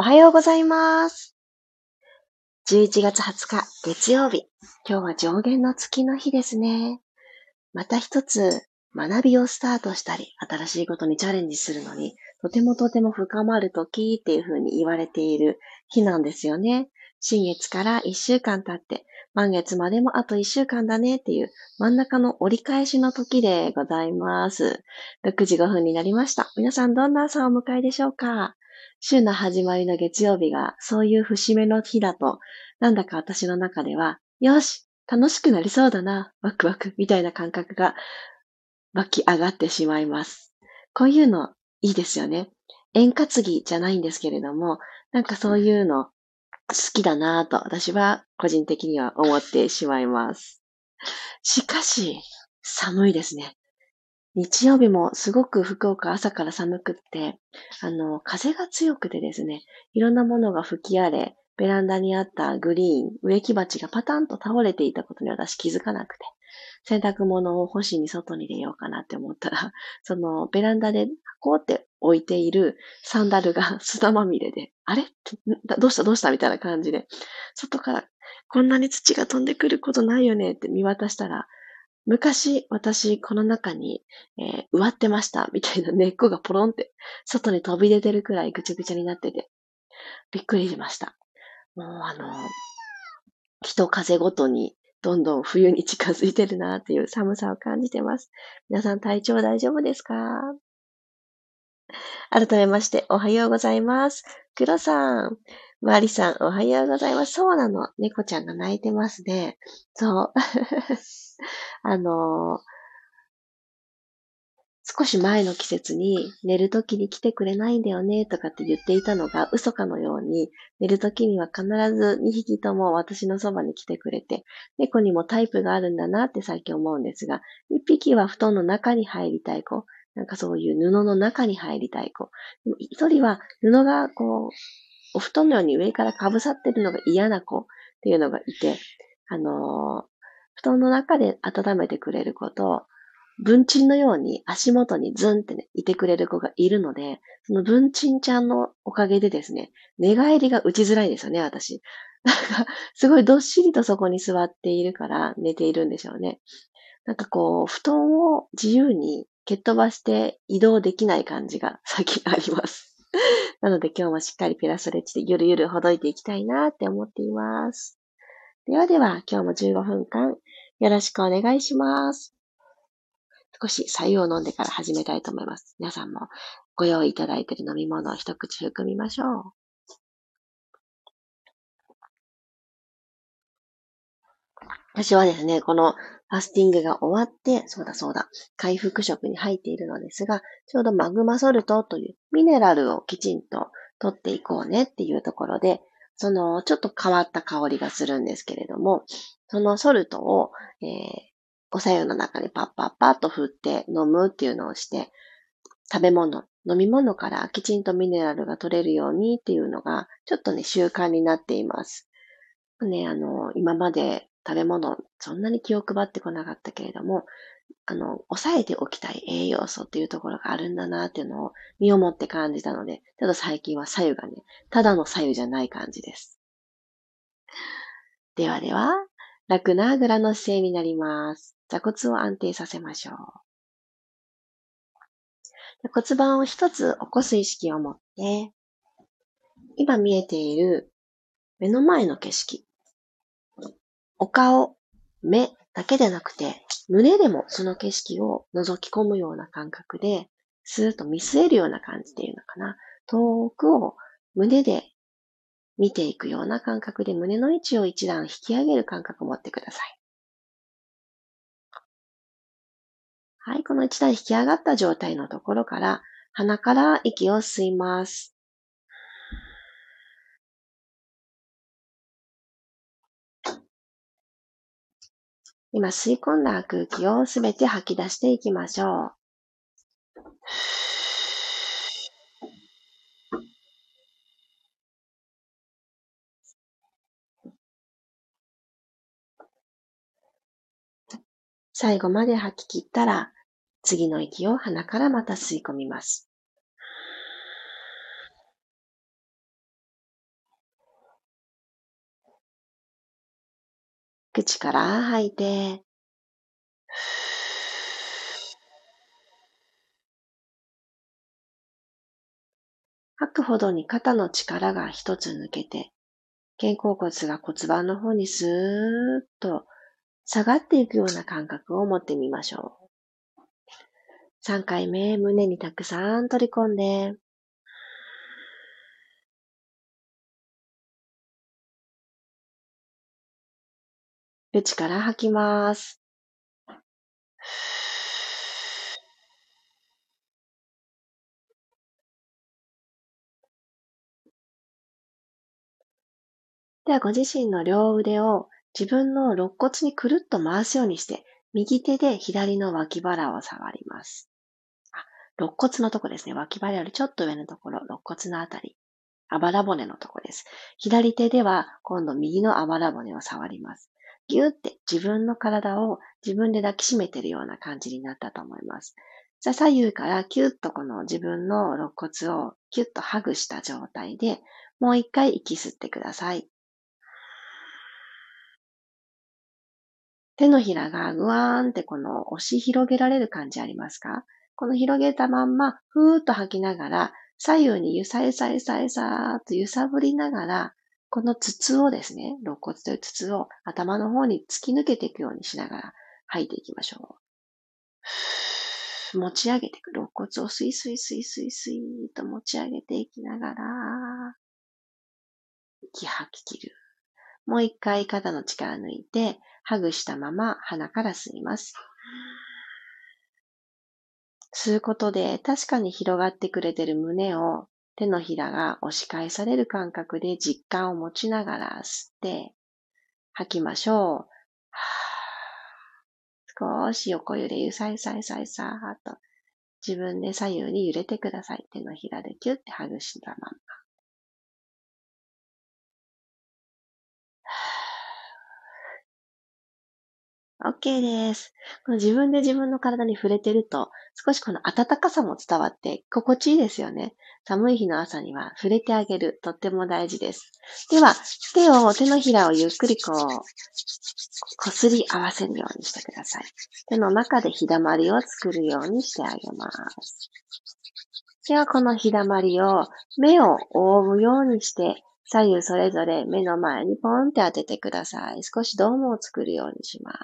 おはようございます。11月20日月曜日。今日は上限の月の日ですね。また一つ学びをスタートしたり、新しいことにチャレンジするのに、とても深まる時っていうふうに言われている日なんですよね。新月から1週間経って、満月までもあと1週間だねっていう真ん中の折り返しの時でございます。6時5分になりました。皆さんどんな朝をお迎えでしょうか？週の始まりの月曜日がそういう節目の日だと、なんだか私の中では、よし楽しくなりそうだな、ワクワクみたいな感覚が湧き上がってしまいます。こういうのいいですよね。円担ぎじゃないんですけれども、なんかそういうの好きだなぁと私は個人的には思ってしまいます。しかし、寒いですね。日曜日もすごく福岡朝から寒くって、風が強くてですね、いろんなものが吹き荒れ、ベランダにあったグリーン、植木鉢がパタンと倒れていたことに私気づかなくて、洗濯物を干しに外に出ようかなって思ったら、そのベランダでこうって置いているサンダルが砂まみれで、あれどうしたみたいな感じで、外からこんなに土が飛んでくることないよねって見渡したら、昔、私、この中に、植わってました、みたいな根っこがポロンって、外に飛び出てるくらいぐちゃぐちゃになってて、びっくりしました。もう風ごとに、どんどん冬に近づいてるなっていう寒さを感じてます。皆さん体調大丈夫ですか？改めまして、おはようございます。黒さん、マリさん、おはようございます。そうなの。猫ちゃんが泣いてますね。そう。あの少し前の季節に寝るときに来てくれないんだよねとかって言っていたのが嘘かのように、寝るときには必ず2匹とも私のそばに来てくれて、猫にもタイプがあるんだなって最近思うんですが、1匹は布団の中に入りたい子、なんかそういう布の中に入りたい子、1人は布がこう、お布団のように上からかぶさってるのが嫌な子っていうのがいて、布団の中で温めてくれる子と、文鎮のように足元にズンってね、いてくれる子がいるので、その文鎮ちゃんのおかげでですね、寝返りが打ちづらいんですよね、私。なんか、すごいどっしりとそこに座っているから寝ているんでしょうね。なんかこう、布団を自由に蹴っ飛ばして移動できない感じが最近あります。なので今日もしっかりピラストレッチでゆるゆるほどいていきたいなって思っています。ではでは、今日も15分間よろしくお願いします。少し白湯を飲んでから始めたいと思います。皆さんもご用意いただいている飲み物を一口含みましょう。私はですね、このファスティングが終わって、そうだ、回復食に入っているのですが、ちょうどマグマソルトというミネラルをきちんと取っていこうねっていうところで、ちょっと変わった香りがするんですけれども、そのソルトを、お白湯の中にパッパッパッと振って飲むっていうのをして、食べ物、飲み物からきちんとミネラルが取れるようにっていうのが、ちょっとね、習慣になっています。ね、今まで食べ物、そんなに気を配ってこなかったけれども、抑えておきたい栄養素っていうところがあるんだなっていうのを身をもって感じたので、ちょっと最近は白湯がね、ただの白湯じゃない感じです。ではでは、楽なあぐらの姿勢になります。座骨を安定させましょう。骨盤を一つ起こす意識を持って、今見えている目の前の景色、お顔、目だけでなくて、胸でもその景色を覗き込むような感覚で、スーッと見据えるような感じでいうのかな。遠くを胸で見ていくような感覚で胸の位置を一段引き上げる感覚を持ってください。はい、この一段引き上がった状態のところから、鼻から息を吸います。今吸い込んだ空気をすべて吐き出していきましょう。最後まで吐き切ったら、次の息を鼻からまた吸い込みます。 口から吐いて、吐くほどに肩の力が一つ抜けて、肩甲骨が骨盤の方にスーッと下がっていくような感覚を持ってみましょう。3回目、胸にたくさん取り込んで、口から吐きます。では、ご自身の両腕を自分の肋骨にくるっと回すようにして、右手で左の脇腹を触ります。肋骨のとこですね。脇腹よりちょっと上のところ、肋骨のあたり。あばら骨のとこです。左手では今度右のあばら骨を触ります。ぎゅーって自分の体を自分で抱きしめているような感じになったと思います。じゃあ左右からキュッとこの自分の肋骨をキュッとハグした状態で、もう一回息吸ってください。手のひらがぐわーんってこの押し広げられる感じありますか？この広げたまんま、ふーっと吐きながら、左右にゆさゆさゆさゆさーっと揺さぶりながら、この筒をですね、肋骨という筒を頭の方に突き抜けていくようにしながら吐いていきましょう。持ち上げていく。肋骨をスイスイスイスイスイーと持ち上げていきながら、息吐き切る。もう一回肩の力抜いて、ハグしたまま鼻から吸います。吸うことで確かに広がってくれてる胸を手のひらが押し返される感覚で実感を持ちながら吸って吐きましょう。少し横揺れゆさゆさゆさゆさーっと自分で左右に揺れてください。手のひらでキュッてハグしたまま。OK です。この自分で自分の体に触れてると、少しこの温かさも伝わって心地いいですよね。寒い日の朝には触れてあげる。とっても大事です。では、手のひらをゆっくりこすり合わせるようにしてください。手の中で日だまりを作るようにしてあげます。では、この日だまりを目を覆うようにして、左右それぞれ目の前にポンって当ててください。少しドームを作るようにします。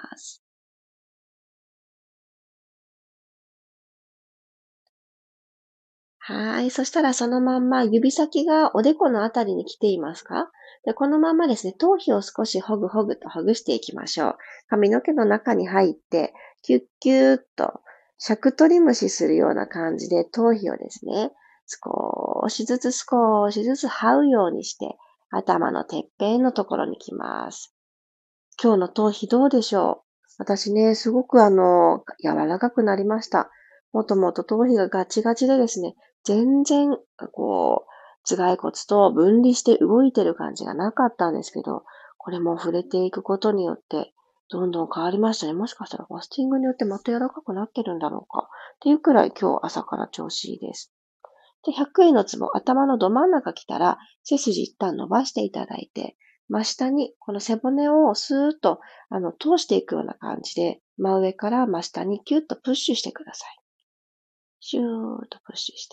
はい。そしたらそのまんま指先がおでこのあたりに来ていますか？で、このままですね、頭皮を少しほぐほぐとほぐしていきましょう。髪の毛の中に入って、キュッキューっと、尺取り虫するような感じで頭皮をですね、少しずつ這うようにして、頭のてっぺんのところに来ます。今日の頭皮どうでしょう？私ね、すごく柔らかくなりました。もともと頭皮がガチガチでですね、全然、頭蓋骨と分離して動いてる感じがなかったんですけど、これも触れていくことによって、どんどん変わりましたね。もしかしたらファスティングによってまた柔らかくなってるんだろうか。っていうくらい今日朝から調子いいです。で、100円のツボ、頭のど真ん中来たら、背筋一旦伸ばしていただいて、真下に、この背骨をスーッと、通していくような感じで、真上から真下にキュッとプッシュしてください。シューッとプッシュして、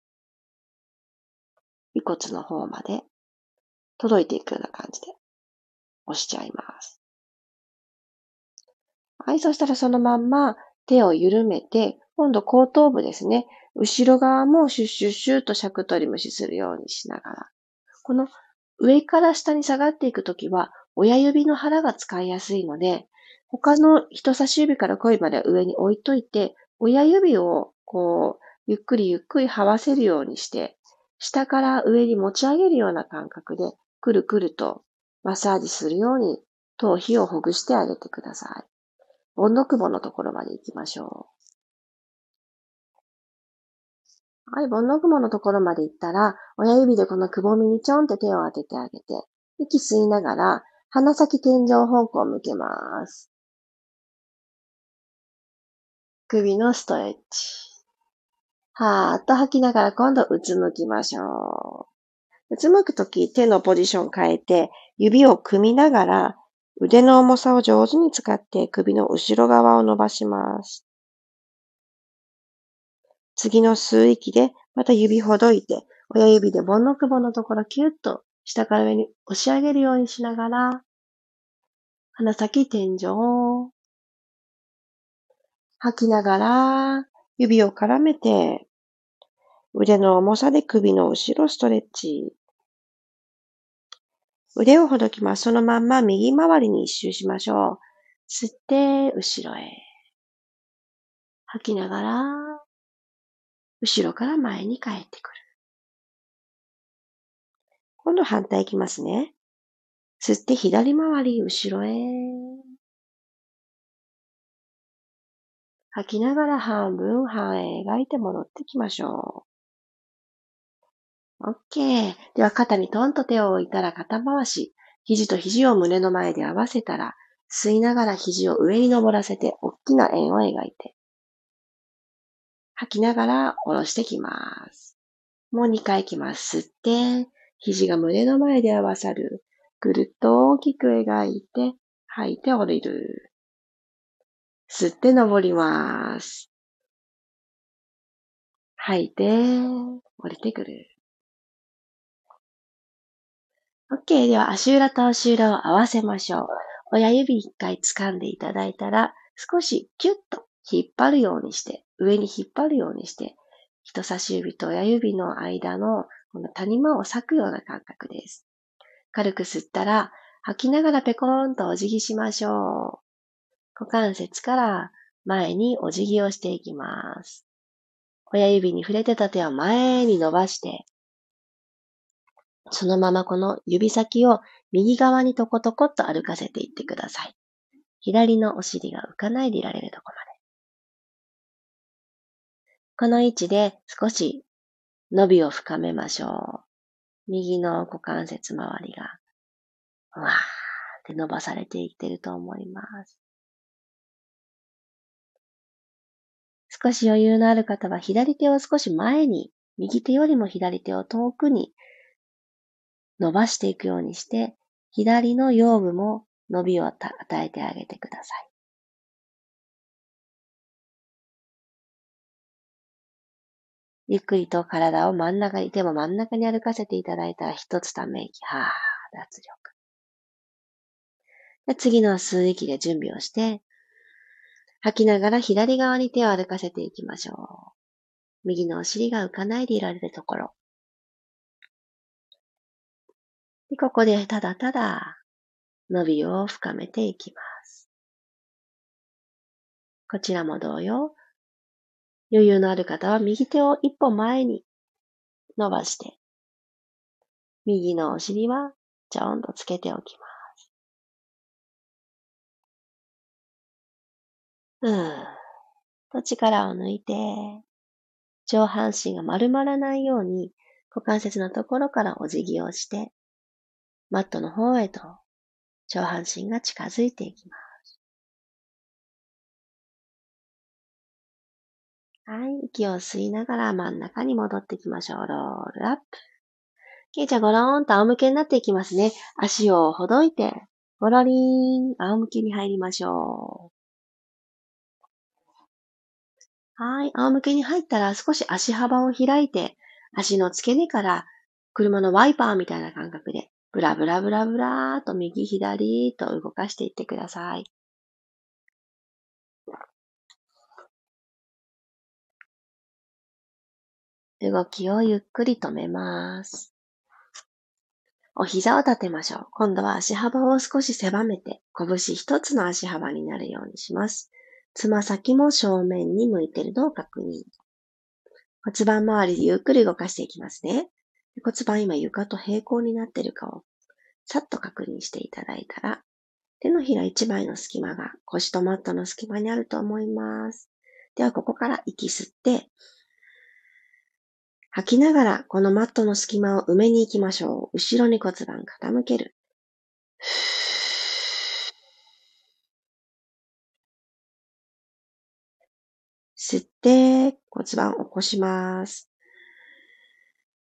尾骨の方まで届いていくような感じで押しちゃいます。はい、そしたらそのまんま手を緩めて、今度後頭部ですね。後ろ側もシュッシュッシュッと尺取り虫するようにしながら。この上から下に下がっていくときは、親指の腹が使いやすいので、他の人差し指から小指まで上に置いといて、親指をゆっくりゆっくり這わせるようにして、下から上に持ち上げるような感覚で、くるくるとマッサージするように頭皮をほぐしてあげてください。ボンドクボのところまで行きましょう。はい、ボンドクボのところまで行ったら、親指でこのくぼみにちょんって手を当ててあげて、息吸いながら、鼻先天井方向を向けます。首のストレッチ。はーっと吐きながら今度うつむきましょう。うつむくとき手のポジション変えて、指を組みながら、 腕の重さを上手に使って首の後ろ側を伸ばします。次の吸う息でまた指ほどいて、親指で盆のくぼのところキュッと下から上に押し上げるようにしながら、鼻先天井を吐きながら指を絡めて、腕の重さで首の後ろストレッチ。腕をほどきます。そのまんま右回りに一周しましょう。吸って後ろへ。吐きながら後ろから前に帰ってくる。今度反対いきますね。吸って左回り後ろへ。吐きながら半分半へ描いて戻ってきましょう。OK。では肩にトンと手を置いたら肩回し。肘と肘を胸の前で合わせたら、吸いながら肘を上に登らせて大きな円を描いて。吐きながら下ろしてきます。もう2回いきます。吸って、肘が胸の前で合わさる。ぐるっと大きく描いて、吐いて降りる。吸って登ります。吐いて、降りてくる。OK。では足裏と足裏を合わせましょう。親指1回掴んでいただいたら、少しキュッと引っ張るようにして、上に引っ張るようにして、人差し指と親指の間のこの谷間を裂くような感覚です。軽く吸ったら、吐きながらペコーンとお辞儀しましょう。股関節から前にお辞儀をしていきます。親指に触れてた手を前に伸ばして、そのままこの指先を右側にトコトコっと歩かせていってください。左のお尻が浮かないでいられるところまで。この位置で少し伸びを深めましょう。右の股関節周りが、うわーって伸ばされていってると思います。少し余裕のある方は左手を少し前に、右手よりも左手を遠くに伸ばしていくようにして、左の腰部も伸びを与えてあげてください。ゆっくりと体を真ん中に、手も真ん中に歩かせていただいたら一つため息、はー脱力。で次の吸う息で準備をして、吐きながら左側に手を歩かせていきましょう。右のお尻が浮かないでいられるところ。でここでただただ伸びを深めていきます。こちらも同様、余裕のある方は右手を一歩前に伸ばして、右のお尻はちょんとつけておきます。と力を抜いて、上半身が丸まらないように股関節のところからお辞儀をして、マットの方へと上半身が近づいていきます。はい、息を吸いながら真ん中に戻っていきましょう。ロールアップ。じゃあゴローンと仰向けになっていきますね。足をほどいて、ゴロリーン、仰向けに入りましょう。はい、仰向けに入ったら少し足幅を開いて、足の付け根から車のワイパーみたいな感覚で、ブラブラブラブラーと右左と動かしていってください。動きをゆっくり止めます。お膝を立てましょう。今度は足幅を少し狭めて、拳一つの足幅になるようにします。つま先も正面に向いているのを確認。骨盤周りでゆっくり動かしていきますね。骨盤今床と平行になっているかをさっと確認していただいたら、手のひら一枚の隙間が腰とマットの隙間にあると思います。ではここから息吸って、吐きながらこのマットの隙間を埋めに行きましょう。後ろに骨盤傾ける。吸って骨盤起こします。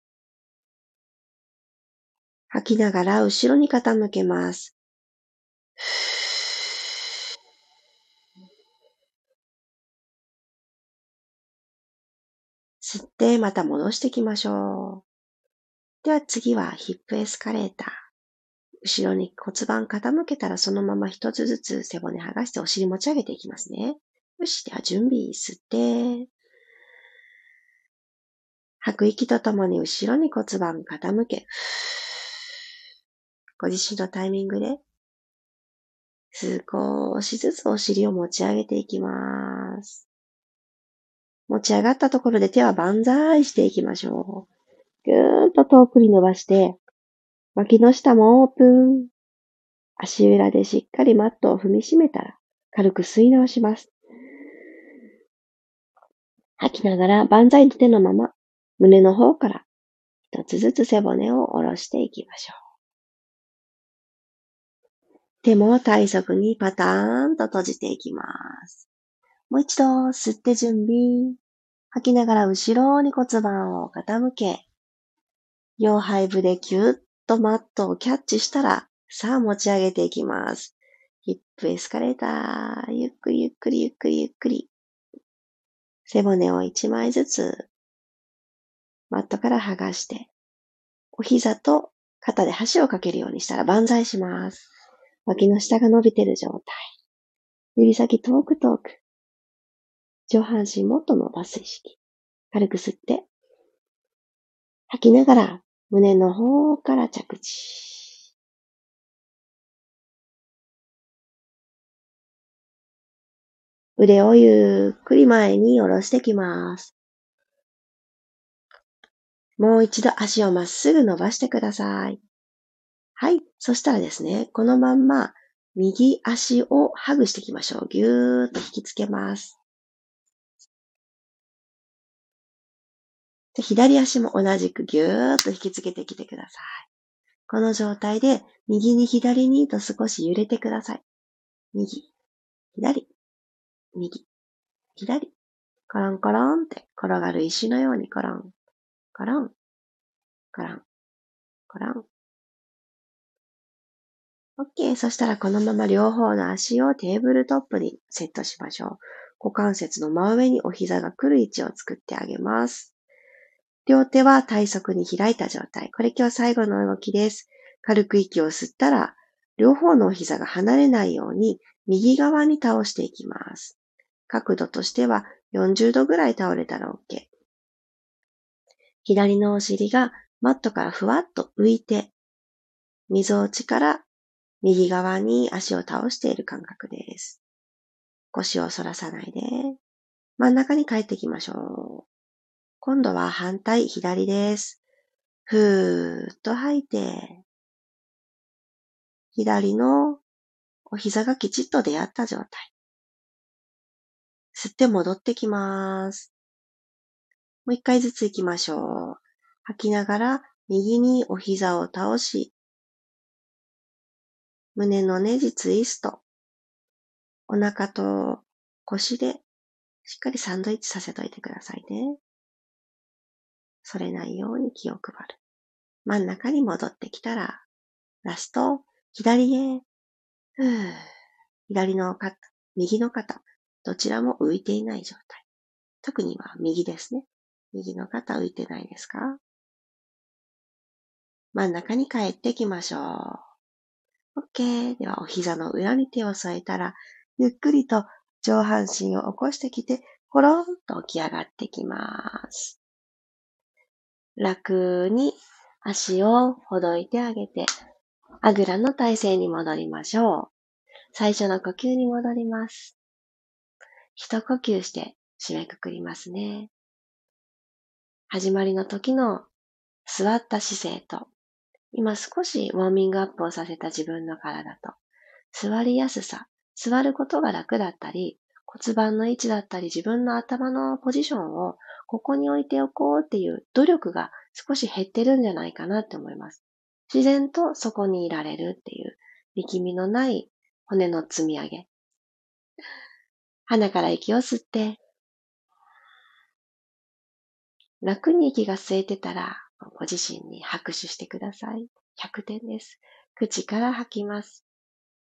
吐きながら後ろに傾けます。 吸ってまた戻していきましょう。では次はヒップエスカレーター。後ろに骨盤傾けたらそのまま一つずつ背骨剥がしてお尻持ち上げていきますね。よし、では準備、吸って、吐く息とともに後ろに骨盤傾け、ご自身のタイミングで少しずつお尻を持ち上げていきます。持ち上がったところで手は万歳していきましょう。ぐーっと遠くに伸ばして、脇の下もオープン。足裏でしっかりマットを踏みしめたら、軽く吸い直します。吐きながら万歳の手のまま、胸の方から一つずつ背骨を下ろしていきましょう。手も体側にパターンと閉じていきます。もう一度吸って準備。吐きながら後ろに骨盤を傾け、両背部でキュッとマットをキャッチしたら、さあ持ち上げていきます。ヒップエスカレーター、ゆっくりゆっくりゆっくりゆっくり。背骨を一枚ずつマットから剥がして、お膝と肩で箸をかけるようにしたら万歳します。脇の下が伸びている状態。指先遠く遠く。上半身もっと伸ばす意識。軽く吸って、吐きながら胸の方から着地。腕をゆっくり前に下ろしてきます。もう一度足をまっすぐ伸ばしてください。はい。そしたらですね、このまんま右足をハグしていきましょう。ぎゅーっと引きつけます。で左足も同じくぎゅーっと引きつけてきてください。この状態で右に左にと少し揺れてください。右、左、右、左。コロンコロンって転がる石のようにコロン、コロン、コロン、コロン。OK。そしたらこのまま両方の足をテーブルトップにセットしましょう。股関節の真上にお膝が来る位置を作ってあげます。両手は体側に開いた状態。これ今日最後の動きです。軽く息を吸ったら、両方のお膝が離れないように右側に倒していきます。角度としては40度ぐらい倒れたら OK。左のお尻がマットからふわっと浮いて、溝落ちから右側に足を倒している感覚です。腰を反らさないで、真ん中に帰ってきましょう。今度は反対左です。ふーっと吐いて、左のお膝がきちっと出会った状態。吸って戻ってきます。もう一回ずつ行きましょう。吐きながら右にお膝を倒し、胸のねじツイスト。お腹と腰でしっかりサンドイッチさせといてくださいね。反れないように気を配る。真ん中に戻ってきたら、ラスト、左へ。左の肩、右の肩、どちらも浮いていない状態。特には右ですね。右の肩浮いてないですか？真ん中に帰ってきましょう。OK。では、お膝の裏に手を添えたら、ゆっくりと上半身を起こしてきて、コロンと起き上がってきます。楽に足をほどいてあげて、あぐらの体勢に戻りましょう。最初の呼吸に戻ります。一呼吸して締めくくりますね。始まりの時の座った姿勢と、今少しウォーミングアップをさせた自分の体と、座りやすさ、座ることが楽だったり、骨盤の位置だったり、自分の頭のポジションをここに置いておこうっていう努力が少し減ってるんじゃないかなって思います。自然とそこにいられるっていう、力みのない骨の積み上げ。鼻から息を吸って、楽に息が吸えてたら、ご自身に拍手してください。100点です。口から吐きます。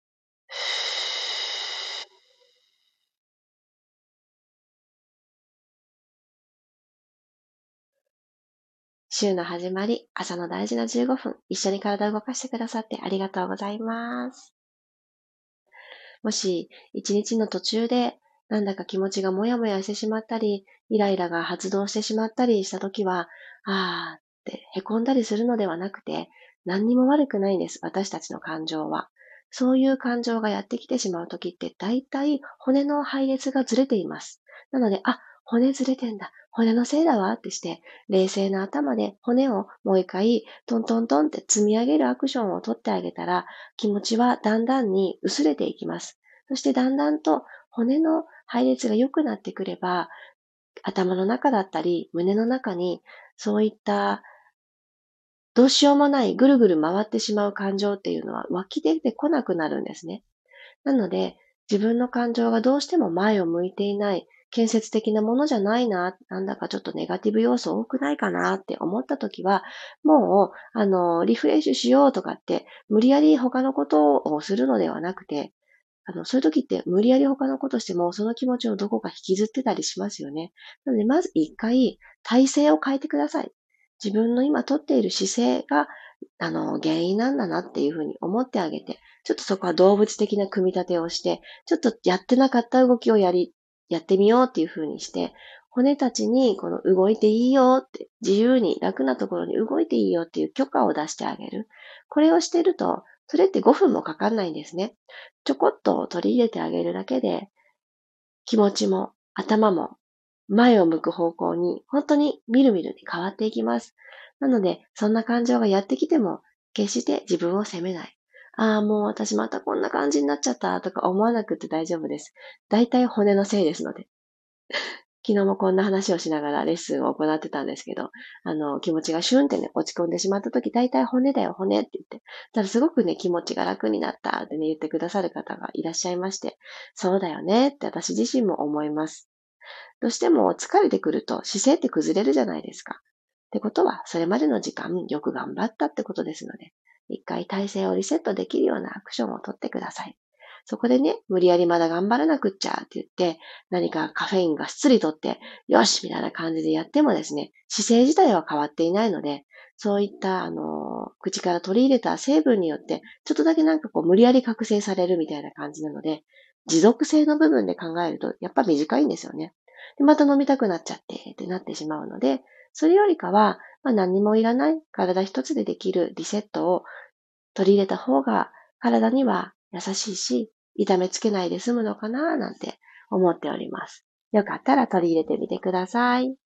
週の始まり、朝の大事な15分、一緒に体を動かしてくださってありがとうございます。もし、一日の途中で、なんだか気持ちがもやもやしてしまったり、イライラが発動してしまったりしたときは、あーって凹んだりするのではなくて、何にも悪くないんです、私たちの感情は。そういう感情がやってきてしまうときって、だいたい骨の配列がずれています。なので、骨ずれてんだ。骨のせいだわってして、冷静な頭で骨をもう一回トントントンって積み上げるアクションを取ってあげたら、気持ちはだんだんに薄れていきます。そしてだんだんと骨の配列が良くなってくれば、頭の中だったり胸の中にそういったどうしようもないぐるぐる回ってしまう感情っていうのは湧き出てこなくなるんですね。なので、自分の感情がどうしても前を向いていない、建設的なものじゃないな、なんだかちょっとネガティブ要素多くないかなって思ったときは、もう、リフレッシュしようとかって、無理やり他のことをするのではなくて、そういう時って無理やり他のことしても、その気持ちをどこか引きずってたりしますよね。なので、まず一回、体勢を変えてください。自分の今取っている姿勢が、原因なんだなっていうふうに思ってあげて、ちょっとそこは動物的な組み立てをして、ちょっとやってなかった動きをやってみようっていうふうにして、骨たちにこの動いていいよって、自由に楽なところに動いていいよっていう許可を出してあげる。これをしてると、それって5分もかかんないんですね。ちょこっと取り入れてあげるだけで、気持ちも頭も前を向く方向に本当にみるみるに変わっていきます。なので、そんな感情がやってきても、決して自分を責めない。もう私またこんな感じになっちゃったとか思わなくて大丈夫です。だいたい骨のせいですので。昨日もこんな話をしながらレッスンを行ってたんですけど、気持ちがシュンってね、落ち込んでしまった時、大体骨だよ、骨って言って。ただすごくね、気持ちが楽になったってね、言ってくださる方がいらっしゃいまして、そうだよねって私自身も思います。どうしても疲れてくると姿勢って崩れるじゃないですか。ってことは、それまでの時間、よく頑張ったってことですので、一回体勢をリセットできるようなアクションをとってください。そこでね、無理やりまだ頑張らなくっちゃって言って、何かカフェインがっつりとって、よしみたいな感じでやってもですね、姿勢自体は変わっていないので、そういった、口から取り入れた成分によって、ちょっとだけなんかこう、無理やり覚醒されるみたいな感じなので、持続性の部分で考えると、やっぱ短いんですよね。で、また飲みたくなっちゃってってなってしまうので、それよりかは、何もいらない体一つでできるリセットを取り入れた方が体には優しいし、痛めつけないで済むのかななんて思っております。よかったら取り入れてみてください。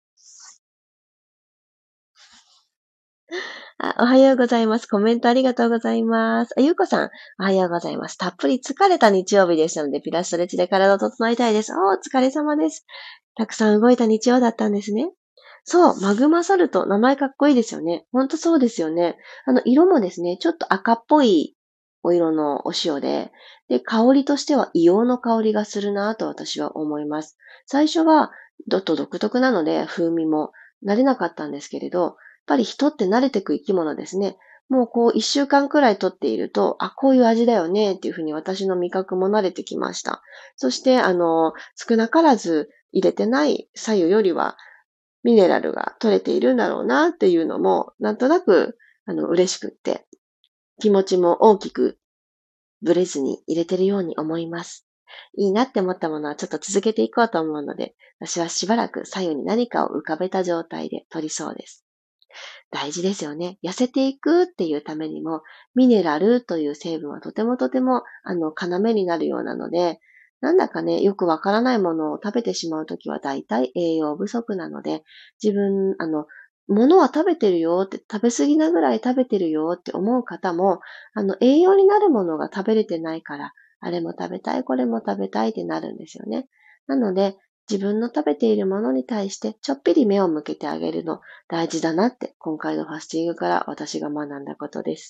おはようございます。コメントありがとうございます。ゆうこさん、おはようございます。たっぷり疲れた日曜日でしたので、ピラストレッチで体を整えたいです。お疲れ様です。たくさん動いた日曜だったんですね。そう、マグマサルト、名前かっこいいですよね。ほんとそうですよね。色もですね、ちょっと赤っぽいお色のお塩で、香りとしては硫黄の香りがするなと私は思います。最初は、ちょっと独特なので、風味も慣れなかったんですけれど、やっぱり人って慣れてく生き物ですね。もうこう一週間くらい取っていると、こういう味だよねっていうふうに私の味覚も慣れてきました。そして、少なからず入れてない左右よりは、ミネラルが取れているんだろうなっていうのも、なんとなく、嬉しくって、気持ちも大きくブレずに入れてるように思います。いいなって思ったものはちょっと続けていこうと思うので、私はしばらく左右に何かを浮かべた状態で取りそうです。大事ですよね。痩せていくっていうためにも、ミネラルという成分はとてもとても、要になるようなので、なんだかね、よくわからないものを食べてしまうときは大体栄養不足なので、自分、物は食べてるよって、食べ過ぎなぐらい食べてるよって思う方も、栄養になるものが食べれてないから、あれも食べたい、これも食べたいってなるんですよね。なので、自分の食べているものに対してちょっぴり目を向けてあげるの大事だなって今回のファスティングから私が学んだことです。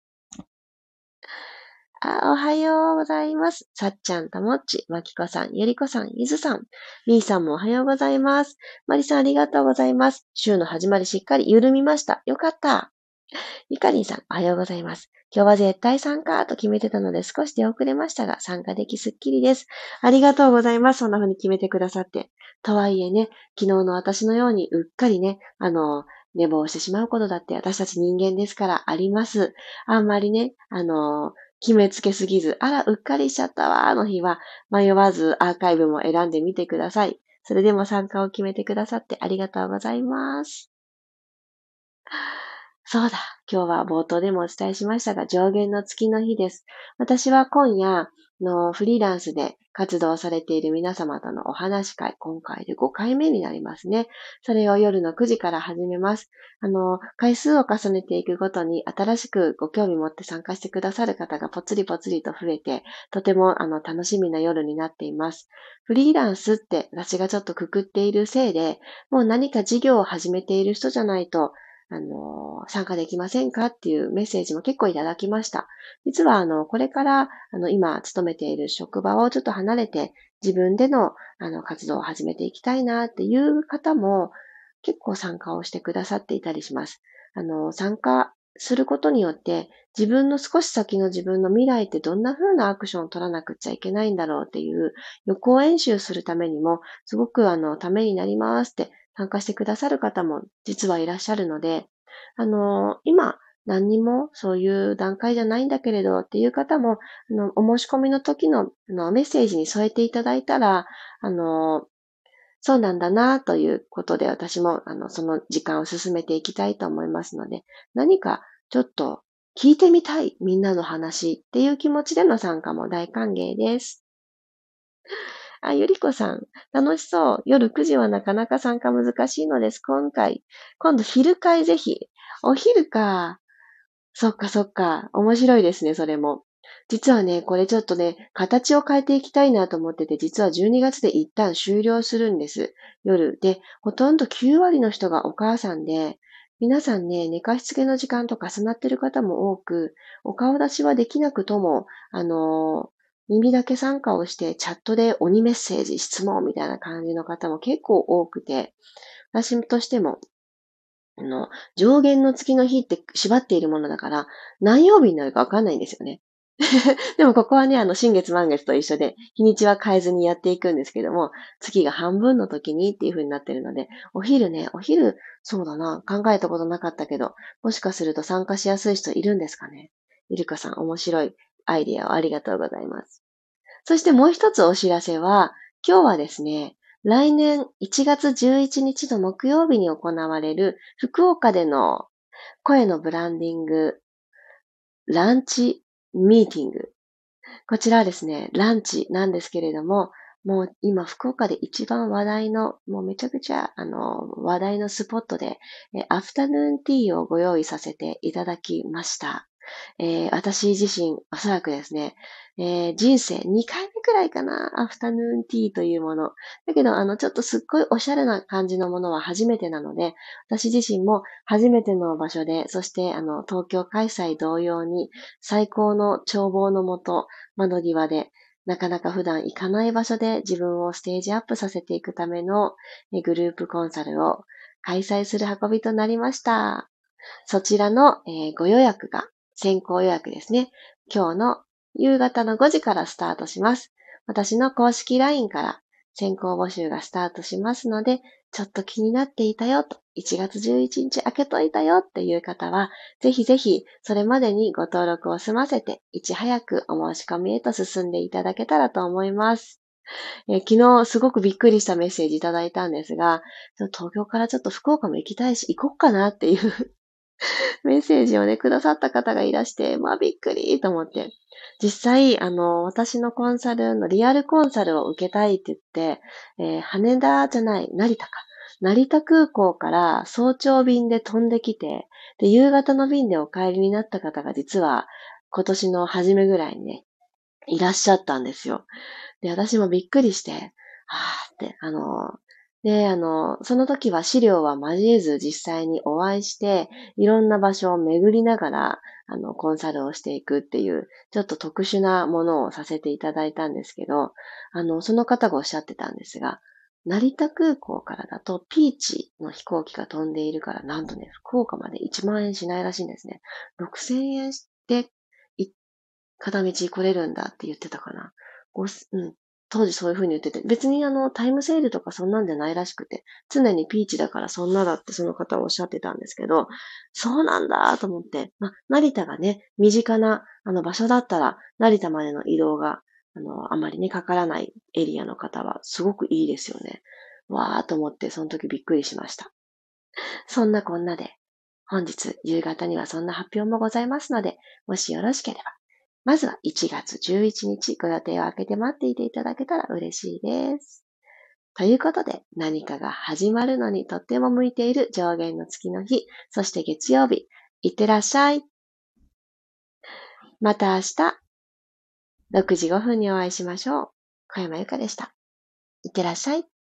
おはようございます。さっちゃん、たもっち、まきこさん、ゆりこさん、ゆずさん、みーさんもおはようございます。まりさんありがとうございます。週の始まりしっかり緩みました。よかった。 ゆかりんさん、おはようございます。今日は絶対参加と決めてたので少し出遅れましたが、参加できすっきりです。ありがとうございます。そんな風に決めてくださって。とはいえね、昨日の私のようにうっかりね、寝坊してしまうことだって私たち人間ですからあります。あんまりね、決めつけすぎず、あら、うっかりしちゃったわの日は、迷わずアーカイブも選んでみてください。それでも参加を決めてくださってありがとうございます。そうだ。今日は冒頭でもお伝えしましたが、上限の月の日です。私は今夜のフリーランスで活動されている皆様とのお話会、今回で5回目になりますね。それを夜の9時から始めます。回数を重ねていくごとに新しくご興味持って参加してくださる方がぽつりぽつりと増えて、とても楽しみな夜になっています。フリーランスって私がちょっとくくっているせいで、もう何か事業を始めている人じゃないと、参加できませんかっていうメッセージも結構いただきました。実は、これから、今勤めている職場をちょっと離れて、自分での、活動を始めていきたいなっていう方も、結構参加をしてくださっていたりします。参加することによって、自分の少し先の自分の未来ってどんな風なアクションを取らなくちゃいけないんだろうっていう予行演習するためにも、すごくためになりますって参加してくださる方も実はいらっしゃるので、今、何にもそういう段階じゃないんだけれどっていう方も、お申し込みの時の、メッセージに添えていただいたら、あの、そうなんだなということで私も、その時間を進めていきたいと思いますので、何かちょっと聞いてみたい、みんなの話っていう気持ちでの参加も大歓迎です。あ、ゆりこさん、楽しそう。夜9時はなかなか参加難しいのです。今度昼会ぜひ。お昼か。そっかそっか。面白いですね、それも。実はね、これちょっとね、形を変えていきたいなと思ってて、実は12月で一旦終了するんです。夜。で、ほとんど9割の人がお母さんで、皆さんね、寝かしつけの時間と重なってる方も多く、お顔出しはできなくとも、耳だけ参加をしてチャットで鬼メッセージ、質問みたいな感じの方も結構多くて、私としてもあの、上限の月の日って縛っているものだから、何曜日になるかわかんないんですよね。でもここはね、新月満月と一緒で、日にちは変えずにやっていくんですけども、月が半分の時にっていう風になってるので、お昼、そうだな、考えたことなかったけど、もしかすると参加しやすい人いるんですかね。イルカさん、面白いアイディアをありがとうございます。そしてもう一つお知らせは、今日はですね、来年1月11日の木曜日に行われる福岡での声のブランディングランチミーティング。こちらはですね、ランチなんですけれども、もう今福岡で一番話題の、もうめちゃくちゃ話題のスポットで、アフタヌーンティーをご用意させていただきました。私自身、おそらくですね、人生2回目くらいかな、アフタヌーンティーというもの。だけど、ちょっとすっごいおしゃれな感じのものは初めてなので、私自身も初めての場所で、そして、東京開催同様に、最高の眺望のもと、窓際で、なかなか普段行かない場所で自分をステージアップさせていくためのグループコンサルを開催する運びとなりました。そちらの、ご予約が、先行予約ですね。今日の夕方の5時からスタートします。私の公式 LINE から先行募集がスタートしますので、ちょっと気になっていたよと、1月11日開けといたよっていう方は、ぜひぜひそれまでにご登録を済ませて、いち早くお申し込みへと進んでいただけたらと思います。昨日すごくびっくりしたメッセージいただいたんですが、東京からちょっと福岡も行きたいし、行こっかなっていうメッセージをね、くださった方がいらして、まあびっくりと思って。実際、私のコンサルのリアルコンサルを受けたいって言って、羽田じゃない、成田か。成田空港から早朝便で飛んできて、で、夕方の便でお帰りになった方が実は今年の初めぐらいにね、いらっしゃったんですよ。で、私もびっくりして、って、で、その時は資料は交えず実際にお会いして、いろんな場所を巡りながら、コンサルをしていくっていう、ちょっと特殊なものをさせていただいたんですけど、その方がおっしゃってたんですが、 成田空港からだとピーチの飛行機が飛んでいるから、なんとね、福岡まで1万円しないらしいんですね。6000円で片道来れるんだって言ってたかな。当時そういう風に言ってて、別にタイムセールとかそんなんじゃないらしくて、常にピーチだからそんなだってその方はおっしゃってたんですけど、そうなんだと思って、成田がね、身近な場所だったら、成田までの移動が、あまりね、かからないエリアの方はすごくいいですよね。わーと思って、その時びっくりしました。そんなこんなで、本日夕方にはそんな発表もございますので、もしよろしければ、まずは1月11日ご予定を空けて待っていていただけたら嬉しいです。ということで、何かが始まるのにとっても向いている上限の月の日、そして月曜日、いってらっしゃい。また明日、6時5分にお会いしましょう。小山由かでした。いってらっしゃい。